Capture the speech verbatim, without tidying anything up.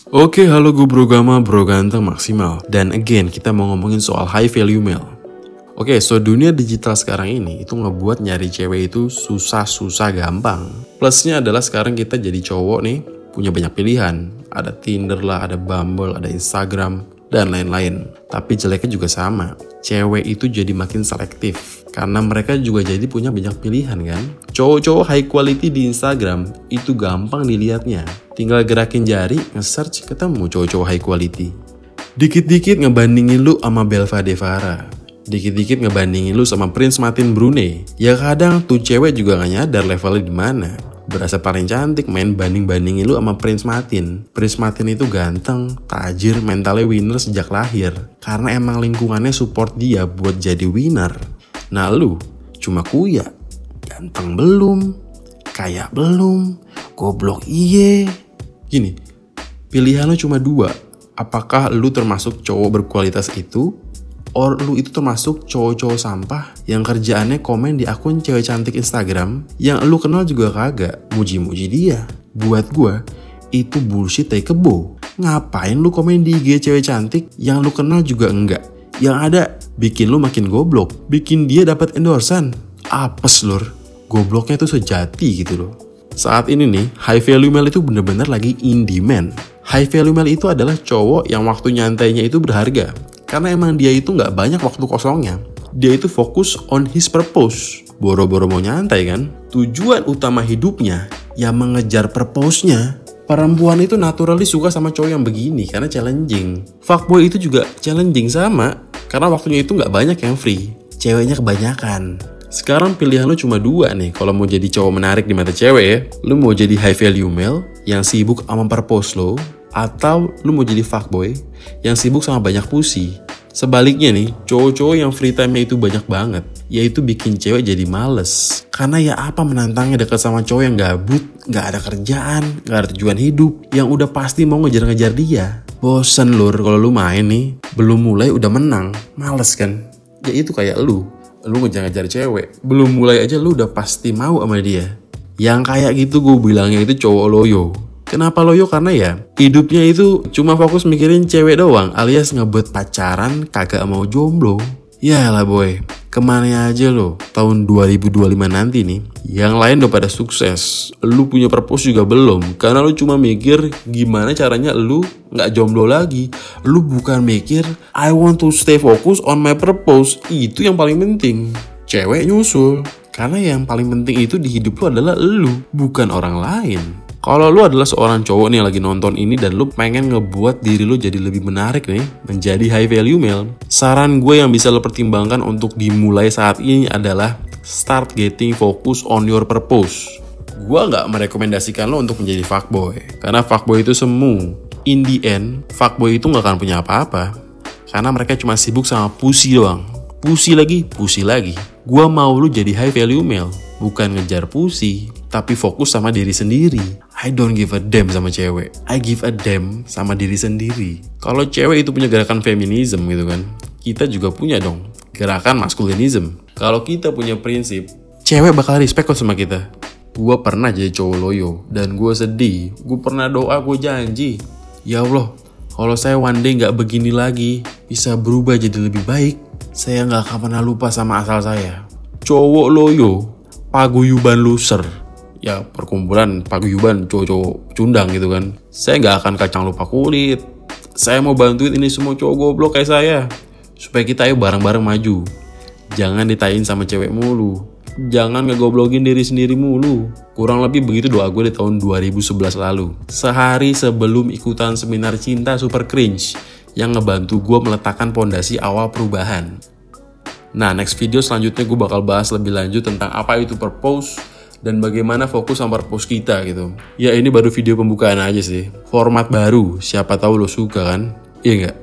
Oke, halo gue bro Gama, bro ganteng maksimal. Dan again, kita mau ngomongin soal high value male. Oke, so dunia digital sekarang ini itu ngebuat nyari cewek itu susah-susah gampang. Plusnya adalah sekarang kita jadi cowok nih, punya banyak pilihan. Ada Tinder lah, ada Bumble, ada Instagram, dan lain-lain. Tapi jeleknya juga sama. Cewek itu jadi makin selektif. Karena mereka juga jadi punya banyak pilihan kan. Cowok-cowok high quality di Instagram itu gampang dilihatnya. Tinggal gerakin jari, nge-search, ketemu cowok-cowok high quality. Dikit-dikit ngebandingin lu sama Belva Devara. Dikit-dikit ngebandingin lu sama Prince Martin Brunei. Ya kadang tuh cewek juga gak nyadar levelnya di mana. Berasa paling cantik main banding-bandingin lu sama Prince Martin. Prince Martin itu ganteng, tajir, mentalnya winner sejak lahir. Karena emang lingkungannya support dia buat jadi winner. Nah lu, cuma kuya. Ganteng belum, kaya belum, goblok iye. Gini, pilihan lu cuma dua. Apakah lu termasuk cowok berkualitas itu? Or lu itu termasuk cowok-cowok sampah yang kerjaannya komen di akun cewek cantik Instagram yang lu kenal juga kagak, muji-muji dia. Buat gua, itu bullshit tai kebo. Ngapain lu komen di I G cewek cantik yang lu kenal juga enggak? Yang ada bikin lu makin goblok, bikin dia dapat endorsan. Apes lur, gobloknya tuh sejati gitu loh. Saat ini nih, high value male itu bener-bener lagi in demand. High value male itu adalah cowok yang waktu nyantainya itu berharga. Karena emang dia itu gak banyak waktu kosongnya. Dia itu fokus on his purpose. Boro-boro mau nyantai kan. Tujuan utama hidupnya yang mengejar purpose-nya. Perempuan itu naturally suka sama cowok yang begini karena challenging. Fuckboy itu juga challenging sama. Karena waktunya itu gak banyak yang free. Ceweknya kebanyakan. Sekarang pilihan lu cuma dua nih kalau mau jadi cowok menarik di mata cewek ya. Lu mau jadi high value male yang sibuk sama purpose lo. Atau lu mau jadi fuckboy yang sibuk sama banyak pussy. Sebaliknya nih, cowok-cowok yang free time-nya itu banyak banget, yaitu bikin cewek jadi males. Karena ya apa menantangnya deket sama cowok yang gabut, gak ada kerjaan, gak ada tujuan hidup, yang udah pasti mau ngejar-ngejar dia. Bosen lur kalau lu main nih, belum mulai udah menang, males kan? Ya itu kayak lu, lu ngejar-ngejar cewek, belum mulai aja lu udah pasti mau sama dia. Yang kayak gitu gue bilangnya itu cowok loyo. Kenapa loyo? Karena ya hidupnya itu cuma fokus mikirin cewek doang, alias ngebuat pacaran kagak mau jomblo. Yalah boy, kemana aja lo tahun dua ribu dua puluh lima nanti nih. Yang lain udah pada sukses, lu punya purpose juga belum. Karena lu cuma mikir gimana caranya lu gak jomblo lagi. Lu bukan mikir I want to stay focused on my purpose. Itu yang paling penting. Cewek nyusul. Karena yang paling penting itu di hidup lu adalah lu, bukan orang lain. Kalau lu adalah seorang cowok nih yang lagi nonton ini dan lu pengen ngebuat diri lu jadi lebih menarik nih, menjadi high value male, saran gue yang bisa lu pertimbangkan untuk dimulai saat ini adalah start getting focus on your purpose. Gue gak merekomendasikan lo untuk menjadi fuckboy, karena fuckboy itu semu. In the end, fuckboy itu gak akan punya apa-apa, karena mereka cuma sibuk sama pussy doang. Pussy lagi, pussy lagi. Gue mau lu jadi high value male, bukan ngejar pussy, tapi fokus sama diri sendiri. I don't give a damn sama cewek. I give a damn sama diri sendiri. Kalau cewek itu punya gerakan feminism gitu kan, kita juga punya dong gerakan masculinism. Kalau kita punya prinsip, cewek bakal respect kok sama kita. Gue pernah jadi cowok loyo dan gue sedih. Gue pernah doa, gue janji, ya Allah, kalau saya one day gak begini lagi, bisa berubah jadi lebih baik, saya gak akan pernah lupa sama asal saya. Cowok loyo, paguyuban loser. Ya perkumpulan paguyuban cowok-cowok cundang gitu kan. Saya gak akan kacang lupa kulit. Saya mau bantuin ini semua cowok goblok kayak saya, supaya kita ayo bareng-bareng maju. Jangan ditain sama cewek mulu. Jangan ngegoblokin diri sendiri mulu. Kurang lebih begitu doa gue di tahun dua ribu sebelas lalu. Sehari sebelum ikutan seminar cinta super cringe yang ngebantu gue meletakkan pondasi awal perubahan. Nah, next video selanjutnya gue bakal bahas lebih lanjut tentang apa itu purpose dan bagaimana fokus sama purpose kita gitu. Ya ini baru video pembukaan aja sih. Format baru, siapa tahu lo suka kan? Iya nggak?